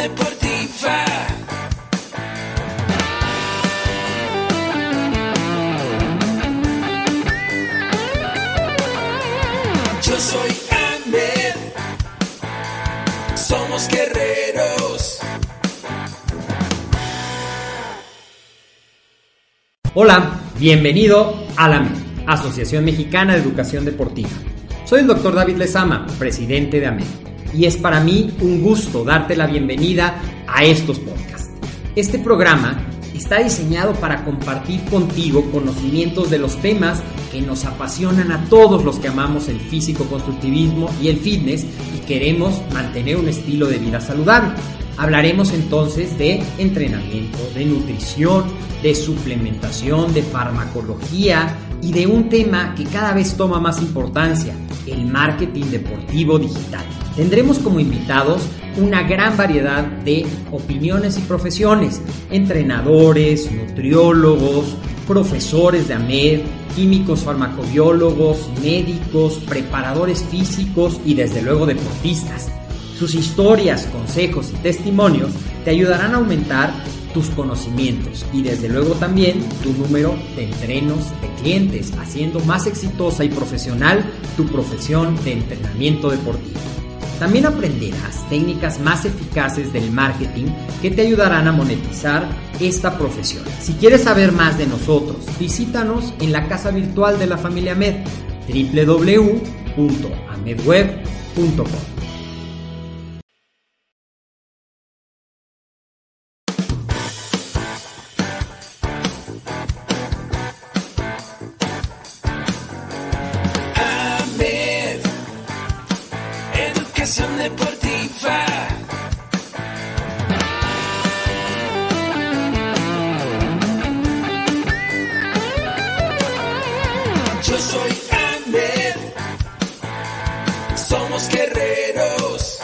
deportiva. Yo soy Ahmed, somos guerreros. Hola, bienvenido a la AMED, Asociación Mexicana de Educación Deportiva. Soy el Dr. David Lezama, presidente de AMED, y es para mí un gusto darte la bienvenida a estos podcasts. Este programa está diseñado para compartir contigo conocimientos de los temas que nos apasionan a todos los que amamos el físico-constructivismo y el fitness y queremos mantener un estilo de vida saludable. Hablaremos entonces de entrenamiento, de nutrición, de suplementación, de farmacología y de un tema que cada vez toma más importancia, el marketing deportivo digital. Tendremos como invitados una gran variedad de opiniones y profesiones, entrenadores, nutriólogos, profesores de AMED, químicos farmacobiólogos, médicos, preparadores físicos y desde luego deportistas. Sus historias, consejos y testimonios te ayudarán a aumentar tus conocimientos y desde luego también tu número de entrenos de clientes, haciendo más exitosa y profesional tu profesión de entrenamiento deportivo. También aprenderás técnicas más eficaces del marketing que te ayudarán a monetizar esta profesión. Si quieres saber más de nosotros, visítanos en la casa virtual de la familia AMED, www.amedweb.com. Educación deportiva. Yo soy Ahmed, somos guerreros.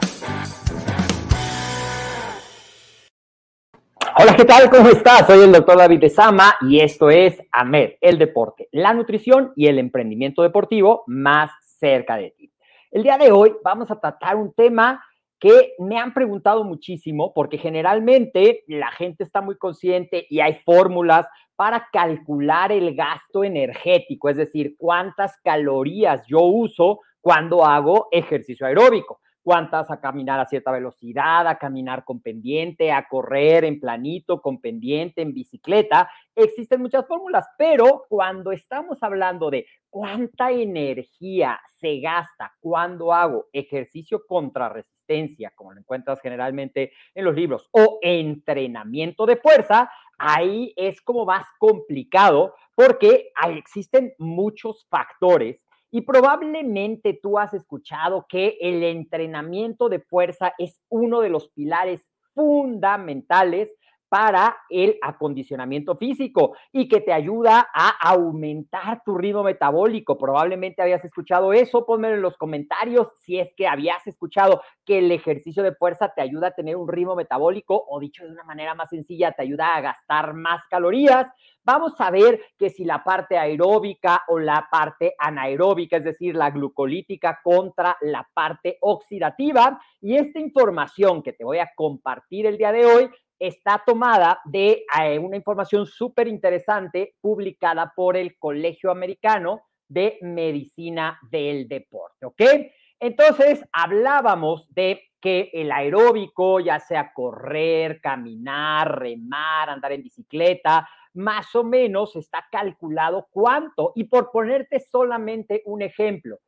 Hola, ¿qué tal? ¿Cómo estás? Soy el Dr. David Lezama y esto es AMED, el deporte, la nutrición y el emprendimiento deportivo más cerca de ti. El día de hoy vamos a tratar un tema que me han preguntado muchísimo porque generalmente la gente está muy consciente y hay fórmulas para calcular el gasto energético, es decir, cuántas calorías yo uso cuando hago ejercicio aeróbico, cuántas a caminar a cierta velocidad, a caminar con pendiente, a correr en planito, con pendiente, en bicicleta. Existen muchas fórmulas, pero cuando estamos hablando de cuánta energía se gasta cuando hago ejercicio contra resistencia, como lo encuentras generalmente en los libros, o entrenamiento de fuerza, ahí es como más complicado porque existen muchos factores y probablemente tú has escuchado que el entrenamiento de fuerza es uno de los pilares fundamentales para el acondicionamiento físico y que te ayuda a aumentar tu ritmo metabólico. Probablemente habías escuchado eso, ponmelo en los comentarios si es que habías escuchado que el ejercicio de fuerza te ayuda a tener un ritmo metabólico o dicho de una manera más sencilla, te ayuda a gastar más calorías. Vamos a ver que si la parte aeróbica o la parte anaeróbica, es decir, la glucolítica contra la parte oxidativa. Y esta información que te voy a compartir el día de hoy está tomada de una información súper interesante publicada por el Colegio Americano de Medicina del Deporte, ¿ok? Entonces, hablábamos de que el aeróbico, ya sea correr, caminar, remar, andar en bicicleta, más o menos está calculado cuánto. Y por ponerte solamente un ejemplo,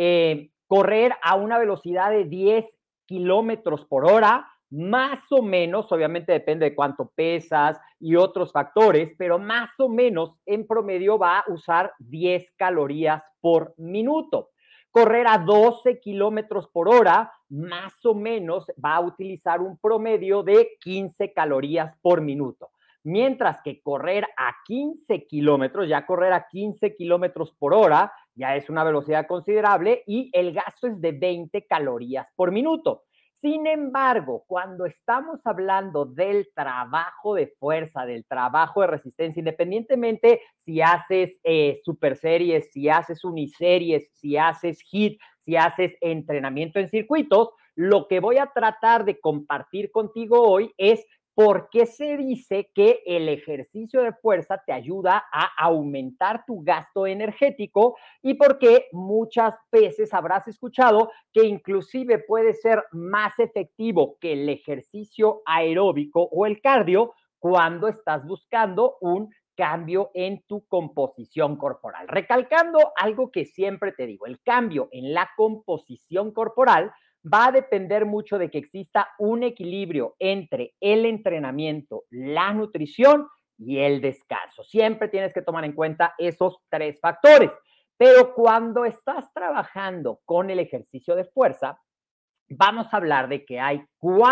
correr a una velocidad de 10 kilómetros por hora, más o menos, obviamente depende de cuánto pesas y otros factores, pero más o menos en promedio va a usar 10 calorías por minuto. Correr a 12 kilómetros por hora, más o menos va a utilizar un promedio de 15 calorías por minuto. Mientras que correr a 15 kilómetros, ya correr a 15 kilómetros por hora, ya es una velocidad considerable y el gasto es de 20 calorías por minuto. Sin embargo, cuando estamos hablando del trabajo de fuerza, del trabajo de resistencia, independientemente si haces super series, si haces uniseries, si haces HIIT, si haces entrenamiento en circuitos, Lo que voy a tratar de compartir contigo hoy es por qué se dice que el ejercicio de fuerza te ayuda a aumentar tu gasto energético y por qué muchas veces habrás escuchado que inclusive puede ser más efectivo que el ejercicio aeróbico o el cardio cuando estás buscando un cambio en tu composición corporal. Recalcando algo que siempre te digo, el cambio en la composición corporal va a depender mucho de que exista un equilibrio entre el entrenamiento, la nutrición y el descanso. Siempre tienes que tomar en cuenta esos tres factores. Pero cuando estás trabajando con el ejercicio de fuerza, vamos a hablar de que hay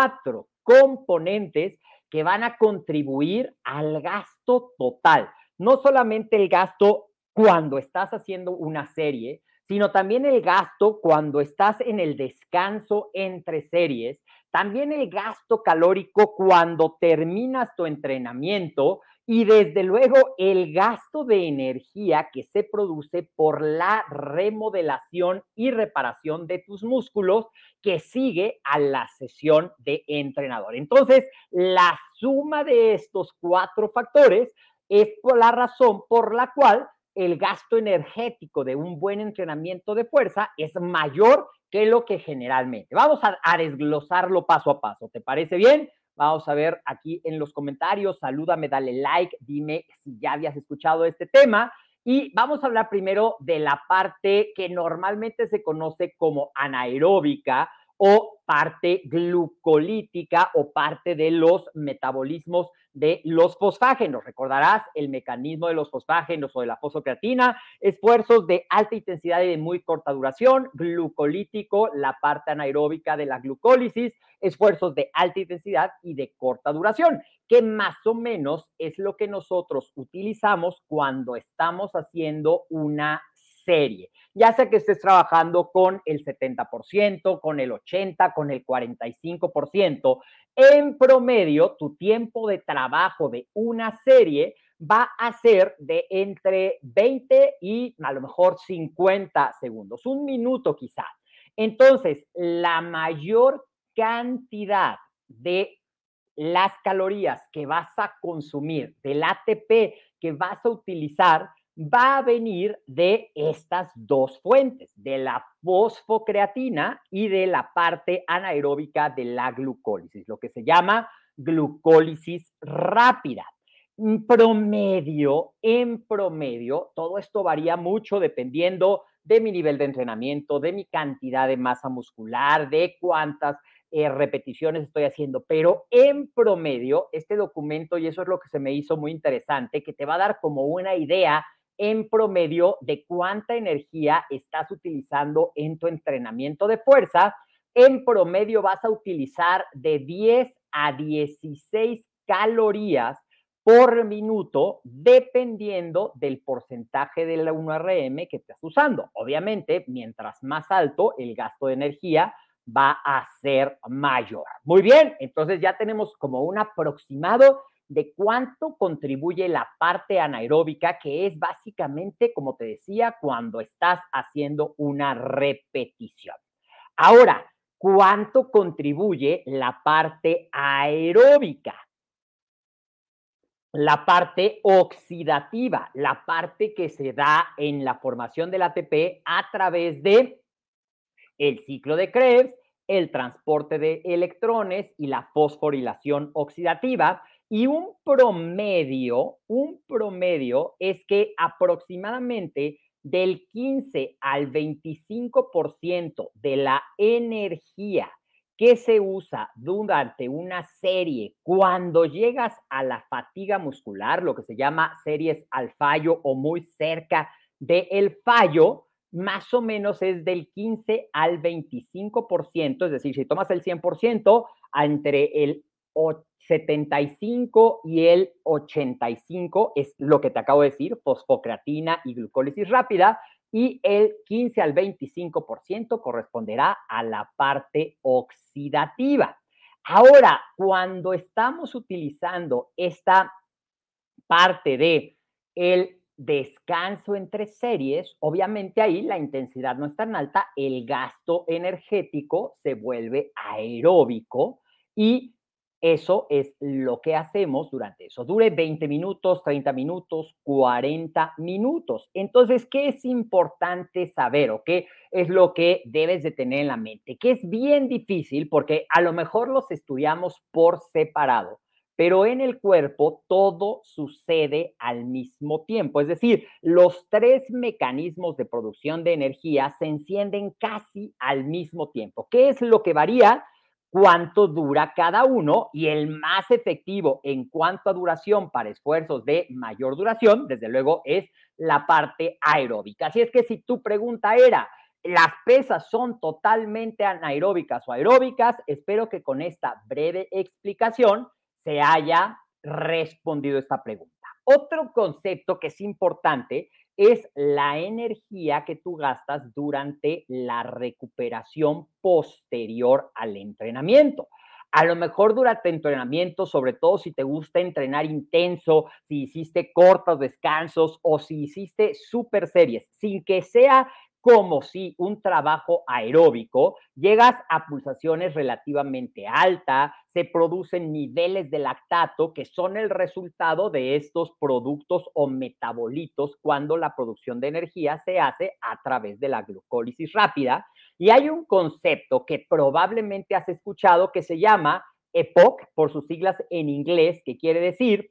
4 componentes que van a contribuir al gasto total. No solamente el gasto cuando estás haciendo una serie, sino también el gasto cuando estás en el descanso entre series, también el gasto calórico cuando terminas tu entrenamiento y desde luego el gasto de energía que se produce por la remodelación y reparación de tus músculos que sigue a la sesión de entrenador. Entonces, la suma de estos 4 factores es por la razón por la cual el gasto energético de un buen entrenamiento de fuerza es mayor que lo que generalmente. Vamos a desglosarlo paso a paso. ¿Te parece bien? Vamos a ver aquí en los comentarios. Salúdame, dale like, dime si ya habías escuchado este tema. Y vamos a hablar primero de la parte que normalmente se conoce como anaeróbica o parte glucolítica o parte de los metabolismos de los fosfágenos. Recordarás el mecanismo de los fosfágenos o de la fosfocreatina, esfuerzos de alta intensidad y de muy corta duración, glucolítico, la parte anaeróbica de la glucólisis, esfuerzos de alta intensidad y de corta duración, que más o menos es lo que nosotros utilizamos cuando estamos haciendo una serie, ya sea que estés trabajando con el 70%, con el 80%, con el 45%, en promedio tu tiempo de trabajo de una serie va a ser de entre 20 y a lo mejor 50 segundos, un minuto quizá. Entonces, la mayor cantidad de las calorías que vas a consumir, del ATP que vas a utilizar, va a venir de estas 2 fuentes, de la fosfocreatina y de la parte anaeróbica de la glucólisis, lo que se llama glucólisis rápida. En promedio, todo esto varía mucho dependiendo de mi nivel de entrenamiento, de mi cantidad de masa muscular, de cuántas repeticiones estoy haciendo, pero en promedio, este documento, y eso es lo que se me hizo muy interesante, que te va a dar como una idea en promedio de cuánta energía estás utilizando en tu entrenamiento de fuerza. En promedio vas a utilizar de 10 a 16 calorías por minuto, dependiendo del porcentaje de la 1RM que estés usando. Obviamente, mientras más alto el gasto de energía, va a ser mayor. Muy bien, entonces ya tenemos como un aproximado de cuánto contribuye la parte anaeróbica, que es básicamente, como te decía, cuando estás haciendo una repetición. Ahora, ¿cuánto contribuye la parte aeróbica? La parte oxidativa, la parte que se da en la formación del ATP a través de el ciclo de Krebs, el transporte de electrones y la fosforilación oxidativa. Y un promedio es que aproximadamente del 15 al 25% de la energía que se usa durante una serie cuando llegas a la fatiga muscular, lo que se llama series al fallo o muy cerca del fallo, más o menos es del 15 al 25%, es decir, si tomas el 100%, entre el 75 y el 85 es lo que te acabo de decir, fosfocreatina y glucólisis rápida, y el 15 al 25% corresponderá a la parte oxidativa. Ahora, cuando estamos utilizando esta parte de el descanso entre series, obviamente ahí la intensidad no es tan alta, el gasto energético se vuelve aeróbico y eso es lo que hacemos durante eso. Dure 20 minutos, 30 minutos, 40 minutos. Entonces, ¿qué es importante saber o qué es lo que debes de tener en la mente? Que es bien difícil porque a lo mejor los estudiamos por separado, pero en el cuerpo todo sucede al mismo tiempo. Es decir, los tres mecanismos de producción de energía se encienden casi al mismo tiempo. ¿Qué es lo que varía? Cuánto dura cada uno y el más efectivo en cuanto a duración para esfuerzos de mayor duración, desde luego, es la parte aeróbica. Así es que si tu pregunta era, ¿las pesas son totalmente anaeróbicas o aeróbicas? Espero que con esta breve explicación se haya respondido esta pregunta. Otro concepto que es importante es la energía que tú gastas durante la recuperación posterior al entrenamiento. A lo mejor durante el entrenamiento, sobre todo si te gusta entrenar intenso, si hiciste cortos descansos o si hiciste super series, sin que sea como si un trabajo aeróbico, llegas a pulsaciones relativamente altas, se producen niveles de lactato que son el resultado de estos productos o metabolitos cuando la producción de energía se hace a través de la glucólisis rápida. Y hay un concepto que probablemente has escuchado que se llama EPOC, por sus siglas en inglés, que quiere decir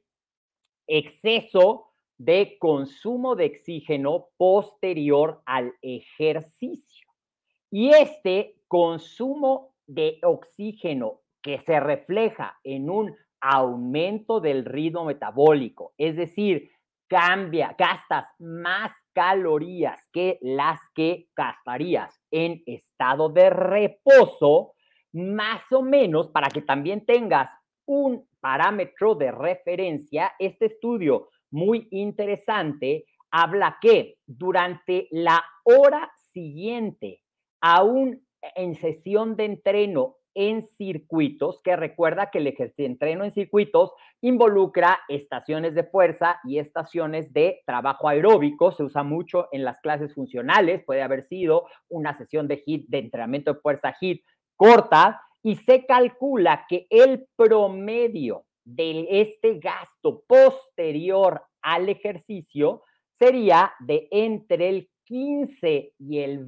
exceso de consumo de oxígeno posterior al ejercicio. Y este consumo de oxígeno que se refleja en un aumento del ritmo metabólico, es decir, gastas más calorías que las que gastarías en estado de reposo, más o menos, para que también tengas un parámetro de referencia. Este estudio muy interesante habla que durante la hora siguiente, aún en sesión de entreno en circuitos, que recuerda que el entreno en circuitos involucra estaciones de fuerza y estaciones de trabajo aeróbico, se usa mucho en las clases funcionales, puede haber sido una sesión de HIIT, de entrenamiento de fuerza HIIT corta, y se calcula que el promedio de este gasto posterior al ejercicio sería de entre el 15 y el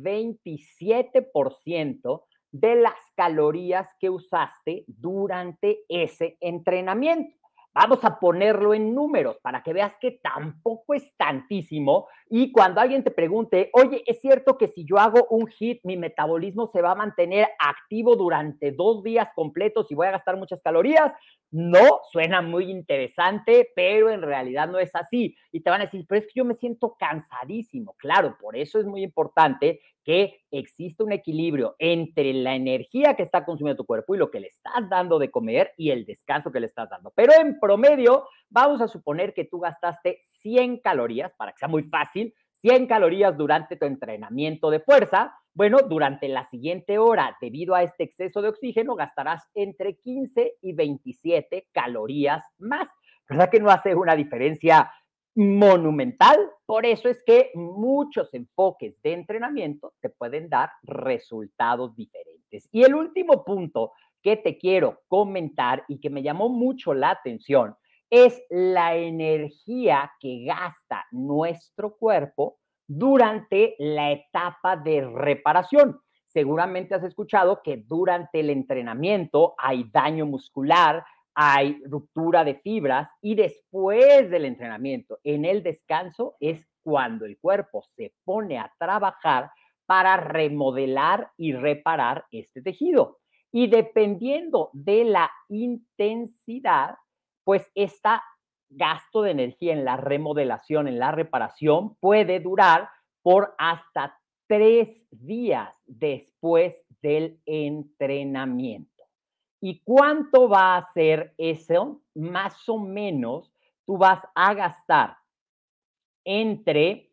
27% de las calorías que usaste durante ese entrenamiento. Vamos a ponerlo en números para que veas que tampoco es tantísimo. Y cuando alguien te pregunte, oye, ¿es cierto que si yo hago un HIIT, mi metabolismo se va a mantener activo durante 2 días completos y voy a gastar muchas calorías? No, suena muy interesante, pero en realidad no es así. Y te van a decir, pero es que yo me siento cansadísimo. Claro, por eso es muy importante que existe un equilibrio entre la energía que está consumiendo tu cuerpo y lo que le estás dando de comer y el descanso que le estás dando. Pero en promedio, vamos a suponer que tú gastaste 100 calorías, para que sea muy fácil, 100 calorías durante tu entrenamiento de fuerza. Bueno, durante la siguiente hora, debido a este exceso de oxígeno, gastarás entre 15 y 27 calorías más. ¿Verdad que no hace una diferencia monumental? Por eso es que muchos enfoques de entrenamiento te pueden dar resultados diferentes. Y el último punto que te quiero comentar y que me llamó mucho la atención es la energía que gasta nuestro cuerpo durante la etapa de reparación. Seguramente has escuchado que durante el entrenamiento hay daño muscular, hay ruptura de fibras y después del entrenamiento, en el descanso, es cuando el cuerpo se pone a trabajar para remodelar y reparar este tejido. Y dependiendo de la intensidad, pues este gasto de energía en la remodelación, en la reparación, puede durar por hasta 3 días después del entrenamiento. ¿Y cuánto va a ser eso? Más o menos tú vas a gastar entre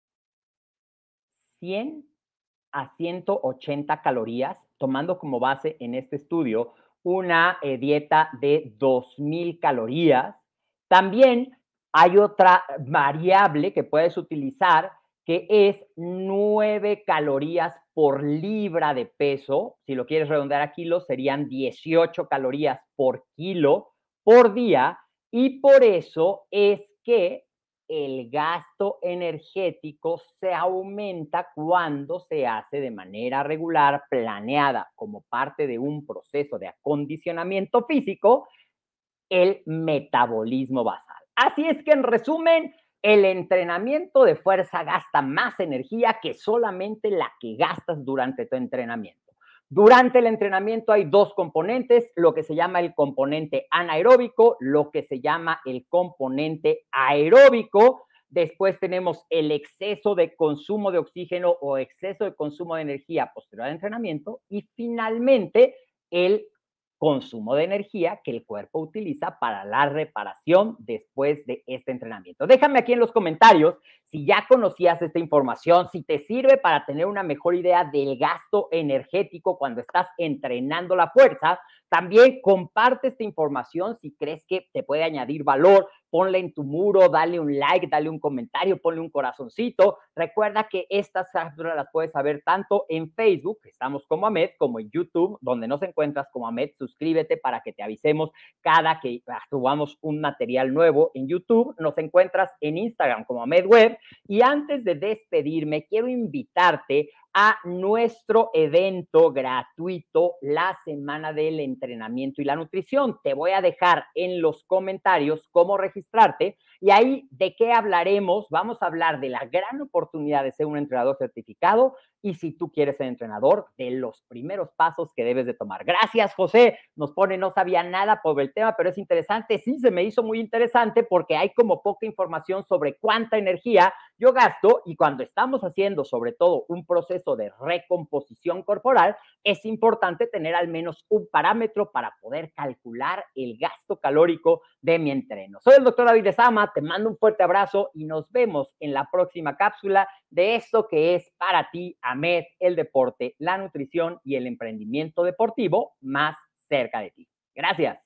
100 a 180 calorías, tomando como base en este estudio una dieta de 2000 calorías. También Hay otra variable que puedes utilizar que es 9 calorías por libra de peso. Si lo quieres redondear a kilos, serían 18 calorías por kilo por día. Y por eso es que el gasto energético se aumenta cuando se hace de manera regular, planeada, como parte de un proceso de acondicionamiento físico, el metabolismo basal. Así es que, en resumen, el entrenamiento de fuerza gasta más energía que solamente la que gastas durante tu entrenamiento. Durante el entrenamiento hay dos componentes, lo que se llama el componente anaeróbico, lo que se llama el componente aeróbico. Después tenemos el exceso de consumo de oxígeno o exceso de consumo de energía posterior al entrenamiento. Y finalmente, el consumo de energía que el cuerpo utiliza para la reparación después de este entrenamiento. Déjame aquí en los comentarios si ya conocías esta información, si te sirve para tener una mejor idea del gasto energético cuando estás entrenando la fuerza. También comparte esta información si crees que te puede añadir valor. Ponla en tu muro, dale un like, dale un comentario, ponle un corazoncito. Recuerda que estas cápsulas las puedes ver tanto en Facebook, estamos como AMED, como en YouTube, donde nos encuentras como AMED. Suscríbete para que te avisemos cada que subamos un material nuevo en YouTube. Nos encuentras en Instagram como AMED Web. Y antes de despedirme, quiero invitarte a nuestro evento gratuito, la Semana del Entrenamiento y la Nutrición. Te voy a dejar en los comentarios cómo registrarte y ahí de qué hablaremos. Vamos a hablar de la gran oportunidad de ser un entrenador certificado y, si tú quieres ser entrenador, de los primeros pasos que debes de tomar. Gracias, José. Nos pone, no sabía nada por el tema, pero es interesante. Sí, se me hizo muy interesante porque hay como poca información sobre cuánta energía yo gasto, y cuando estamos haciendo sobre todo un proceso de recomposición corporal, es importante tener al menos un parámetro para poder calcular el gasto calórico de mi entreno. Soy el doctor David Lezama, te mando un fuerte abrazo y nos vemos en la próxima cápsula de esto que es para ti, AMED, el deporte, la nutrición y el emprendimiento deportivo más cerca de ti. Gracias.